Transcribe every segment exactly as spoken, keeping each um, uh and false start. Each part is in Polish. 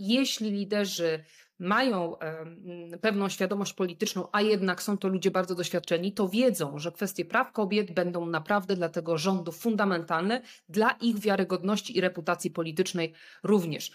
jeśli liderzy mają pewną świadomość polityczną, a jednak są to ludzie bardzo doświadczeni, to wiedzą, że kwestie praw kobiet będą naprawdę dla tego rządu fundamentalne, dla ich wiarygodności i reputacji politycznej również.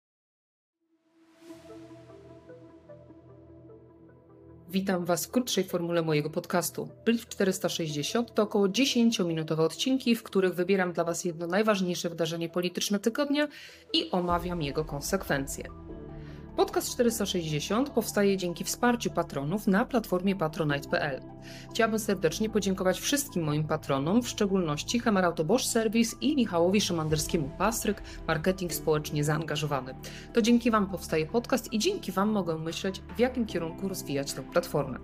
Witam Was w krótszej formule mojego podcastu. Brief czterysta sześćdziesiąt to około dziesięciominutowe odcinki, w których wybieram dla Was jedno najważniejsze wydarzenie polityczne tygodnia i omawiam jego konsekwencje. Podcast czterysta sześćdziesiąt powstaje dzięki wsparciu patronów na platformie patronite kropka p l. Chciałabym serdecznie podziękować wszystkim moim patronom, w szczególności Hemarauto Bosch Service i Michałowi Szymanderskiemu Pastryk, marketing społecznie zaangażowany. To dzięki Wam powstaje podcast i dzięki Wam mogę myśleć, w jakim kierunku rozwijać tę platformę.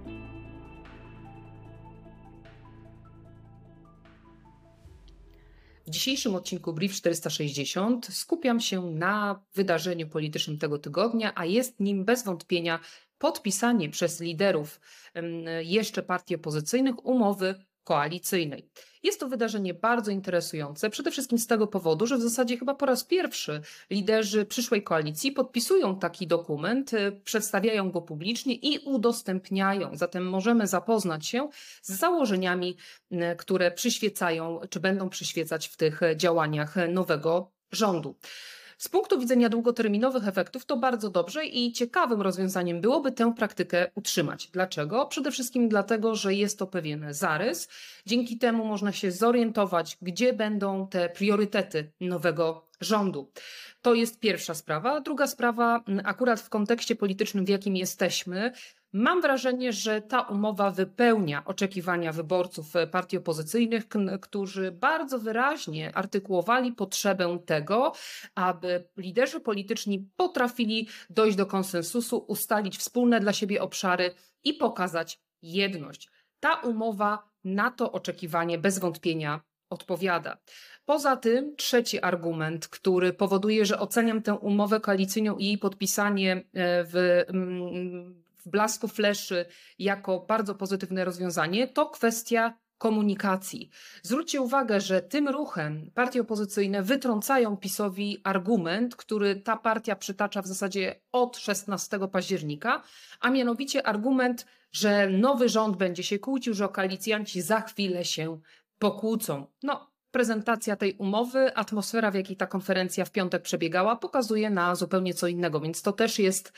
W dzisiejszym odcinku Brief czterysta sześćdziesiąt skupiam się na wydarzeniu politycznym tego tygodnia, a jest nim bez wątpienia podpisanie przez liderów jeszcze partii opozycyjnych umowy koalicyjnej. Jest to wydarzenie bardzo interesujące, przede wszystkim z tego powodu, że w zasadzie chyba po raz pierwszy liderzy przyszłej koalicji podpisują taki dokument, przedstawiają go publicznie i udostępniają. Zatem możemy zapoznać się z założeniami, które przyświecają, czy będą przyświecać w tych działaniach nowego rządu. Z punktu widzenia długoterminowych efektów to bardzo dobrze i ciekawym rozwiązaniem byłoby tę praktykę utrzymać. Dlaczego? Przede wszystkim dlatego, że jest to pewien zarys. Dzięki temu można się zorientować, gdzie będą te priorytety nowego rządu. To jest pierwsza sprawa. Druga sprawa, akurat w kontekście politycznym, w jakim jesteśmy, mam wrażenie, że ta umowa wypełnia oczekiwania wyborców partii opozycyjnych, którzy bardzo wyraźnie artykułowali potrzebę tego, aby liderzy polityczni potrafili dojść do konsensusu, ustalić wspólne dla siebie obszary i pokazać jedność. Ta umowa na to oczekiwanie bez wątpienia odpowiada. Poza tym trzeci argument, który powoduje, że oceniam tę umowę koalicyjną i jej podpisanie w w blasku fleszy jako bardzo pozytywne rozwiązanie, to kwestia komunikacji. Zwróćcie uwagę, że tym ruchem partie opozycyjne wytrącają PiS-owi argument, który ta partia przytacza w zasadzie od szesnastego października, a mianowicie argument, że nowy rząd będzie się kłócił, że koalicjanci za chwilę się pokłócą. No, prezentacja tej umowy, atmosfera, w jakiej ta konferencja w piątek przebiegała, pokazuje na zupełnie co innego, więc to też jest,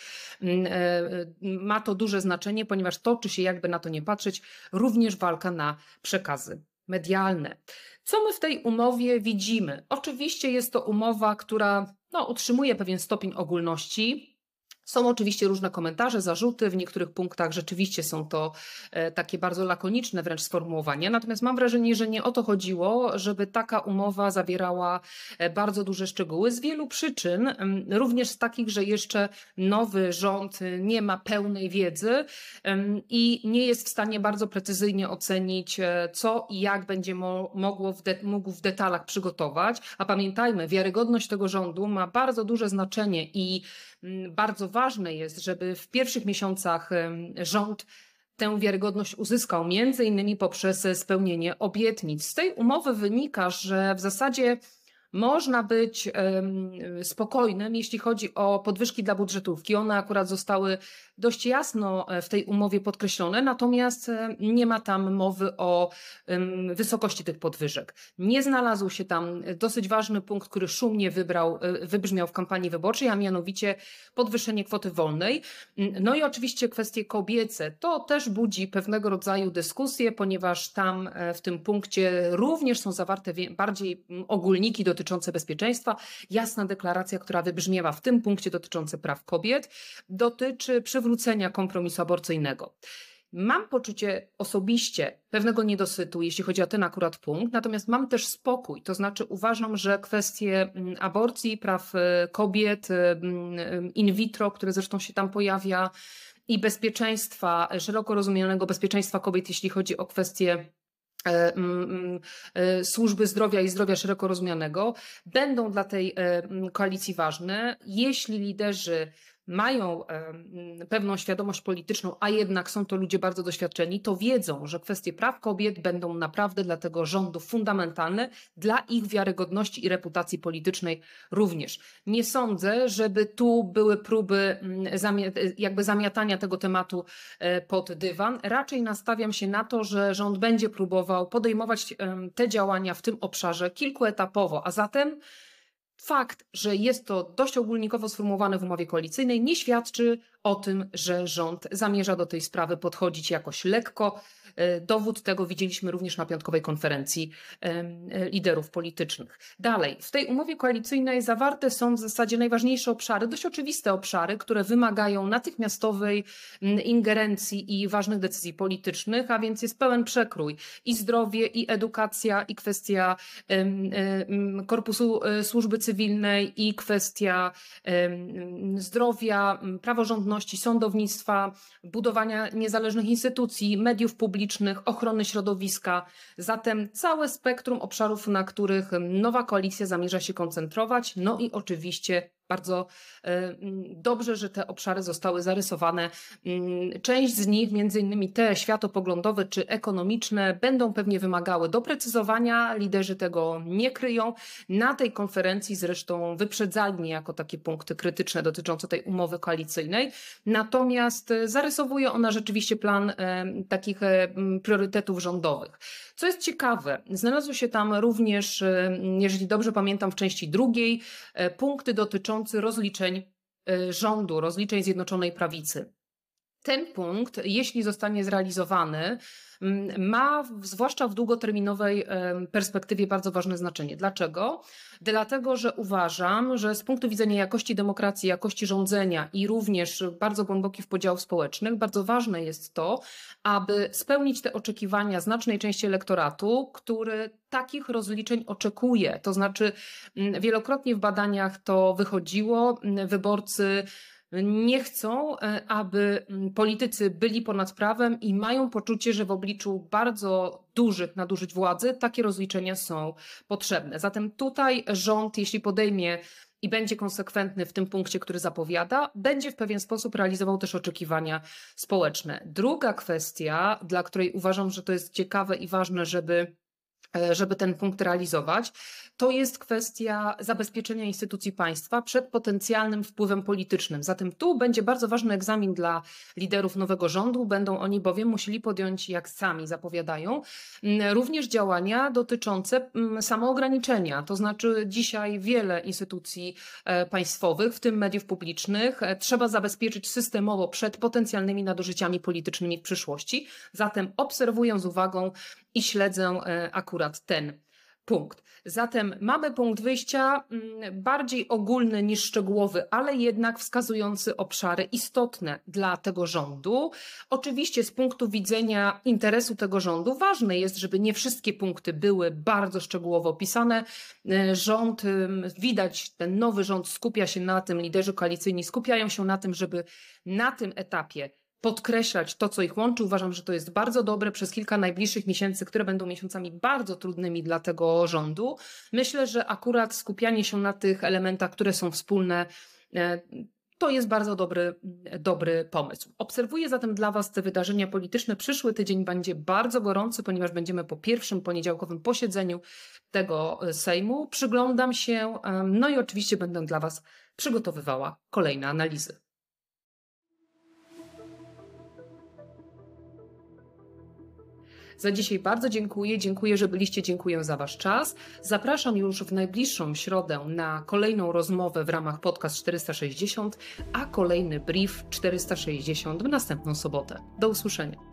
ma to duże znaczenie, ponieważ toczy się, jakby na to nie patrzeć, również walka na przekazy medialne. Co my w tej umowie widzimy? Oczywiście jest to umowa, która no, utrzymuje pewien stopień ogólności. Są oczywiście różne komentarze, zarzuty, w niektórych punktach rzeczywiście są to e, takie bardzo lakoniczne wręcz sformułowania, natomiast mam wrażenie, że nie o to chodziło, żeby taka umowa zawierała e, bardzo duże szczegóły z wielu przyczyn, m, również z takich, że jeszcze nowy rząd nie ma pełnej wiedzy m, i nie jest w stanie bardzo precyzyjnie ocenić, e, co i jak będzie mo mogło w de mógł w detalach przygotować, a pamiętajmy, wiarygodność tego rządu ma bardzo duże znaczenie i m, bardzo ważne jest, żeby w pierwszych miesiącach rząd tę wiarygodność uzyskał, między innymi poprzez spełnienie obietnic. Z tej umowy wynika, że w zasadzie można być spokojnym, jeśli chodzi o podwyżki dla budżetówki. One akurat zostały dość jasno w tej umowie podkreślone, natomiast nie ma tam mowy o wysokości tych podwyżek. Nie znalazł się tam dosyć ważny punkt, który szumnie wybrał, wybrzmiał w kampanii wyborczej, a mianowicie podwyższenie kwoty wolnej. No i oczywiście kwestie kobiece. To też budzi pewnego rodzaju dyskusję, ponieważ tam w tym punkcie również są zawarte bardziej ogólniki dotyczące bezpieczeństwa. Jasna deklaracja, która wybrzmiewa w tym punkcie dotyczące praw kobiet, dotyczy przywrócenia kompromisu aborcyjnego. Mam poczucie osobiście pewnego niedosytu, jeśli chodzi o ten akurat punkt, natomiast mam też spokój, to znaczy uważam, że kwestie aborcji, praw kobiet, in vitro, które zresztą się tam pojawia, i bezpieczeństwa, szeroko rozumianego bezpieczeństwa kobiet, jeśli chodzi o kwestie służby zdrowia i zdrowia szeroko rozumianego, będą dla tej koalicji ważne. Jeśli liderzy mają pewną świadomość polityczną, a jednak są to ludzie bardzo doświadczeni, to wiedzą, że kwestie praw kobiet będą naprawdę dla tego rządu fundamentalne, dla ich wiarygodności i reputacji politycznej również. Nie sądzę, żeby tu były próby jakby zamiatania tego tematu pod dywan. Raczej nastawiam się na to, że rząd będzie próbował podejmować te działania w tym obszarze kilkuetapowo, a zatem fakt, że jest to dość ogólnikowo sformułowane w umowie koalicyjnej, nie świadczy o tym, że rząd zamierza do tej sprawy podchodzić jakoś lekko. Dowód tego widzieliśmy również na piątkowej konferencji liderów politycznych. Dalej, w tej umowie koalicyjnej zawarte są w zasadzie najważniejsze obszary, dość oczywiste obszary, które wymagają natychmiastowej ingerencji i ważnych decyzji politycznych, a więc jest pełen przekrój i zdrowie, i edukacja, i kwestia korpusu służby cywilnej, i kwestia zdrowia, praworządności, sądownictwa, budowania niezależnych instytucji, mediów publicznych, ochrony środowiska. Zatem całe spektrum obszarów, na których nowa koalicja zamierza się koncentrować. No i oczywiście bardzo dobrze, że te obszary zostały zarysowane. Część z nich, między innymi te światopoglądowe czy ekonomiczne, będą pewnie wymagały doprecyzowania. Liderzy tego nie kryją. Na tej konferencji zresztą wyprzedzali mnie jako takie punkty krytyczne dotyczące tej umowy koalicyjnej. Natomiast zarysowuje ona rzeczywiście plan takich priorytetów rządowych. Co jest ciekawe, znalazły się tam również, jeżeli dobrze pamiętam, w części drugiej punkty dotyczące rozliczeń rządu, rozliczeń Zjednoczonej Prawicy. Ten punkt, jeśli zostanie zrealizowany, ma zwłaszcza w długoterminowej perspektywie bardzo ważne znaczenie. Dlaczego? Dlatego, że uważam, że z punktu widzenia jakości demokracji, jakości rządzenia i również bardzo głębokich podziałów społecznych, bardzo ważne jest to, aby spełnić te oczekiwania znacznej części elektoratu, który takich rozliczeń oczekuje. To znaczy wielokrotnie w badaniach to wychodziło, wyborcy nie chcą, aby politycy byli ponad prawem i mają poczucie, że w obliczu bardzo dużych nadużyć władzy takie rozliczenia są potrzebne. Zatem tutaj rząd, jeśli podejmie i będzie konsekwentny w tym punkcie, który zapowiada, będzie w pewien sposób realizował też oczekiwania społeczne. Druga kwestia, dla której uważam, że to jest ciekawe i ważne, żeby żeby ten punkt realizować, to jest kwestia zabezpieczenia instytucji państwa przed potencjalnym wpływem politycznym. Zatem tu będzie bardzo ważny egzamin dla liderów nowego rządu. Będą oni bowiem musieli podjąć, jak sami zapowiadają, również działania dotyczące samoograniczenia. To znaczy dzisiaj wiele instytucji państwowych, w tym mediów publicznych, trzeba zabezpieczyć systemowo przed potencjalnymi nadużyciami politycznymi w przyszłości. Zatem obserwuję z uwagą i śledzę akurat ten punkt. Zatem mamy punkt wyjścia bardziej ogólny niż szczegółowy, ale jednak wskazujący obszary istotne dla tego rządu. Oczywiście z punktu widzenia interesu tego rządu ważne jest, żeby nie wszystkie punkty były bardzo szczegółowo opisane. Rząd, widać, ten nowy rząd skupia się na tym, liderzy koalicyjni skupiają się na tym, żeby na tym etapie podkreślać to, co ich łączy. Uważam, że to jest bardzo dobre przez kilka najbliższych miesięcy, które będą miesiącami bardzo trudnymi dla tego rządu. Myślę, że akurat skupianie się na tych elementach, które są wspólne, to jest bardzo dobry, dobry pomysł. Obserwuję zatem dla Was te wydarzenia polityczne. Przyszły tydzień będzie bardzo gorący, ponieważ będziemy po pierwszym poniedziałkowym posiedzeniu tego Sejmu. Przyglądam się, no i oczywiście będę dla Was przygotowywała kolejne analizy. Za dzisiaj bardzo dziękuję. Dziękuję, że byliście. Dziękuję za Wasz czas. Zapraszam już w najbliższą środę na kolejną rozmowę w ramach Podcast czterysta sześćdziesiąt, a kolejny brief czterysta sześćdziesiąt w następną sobotę. Do usłyszenia.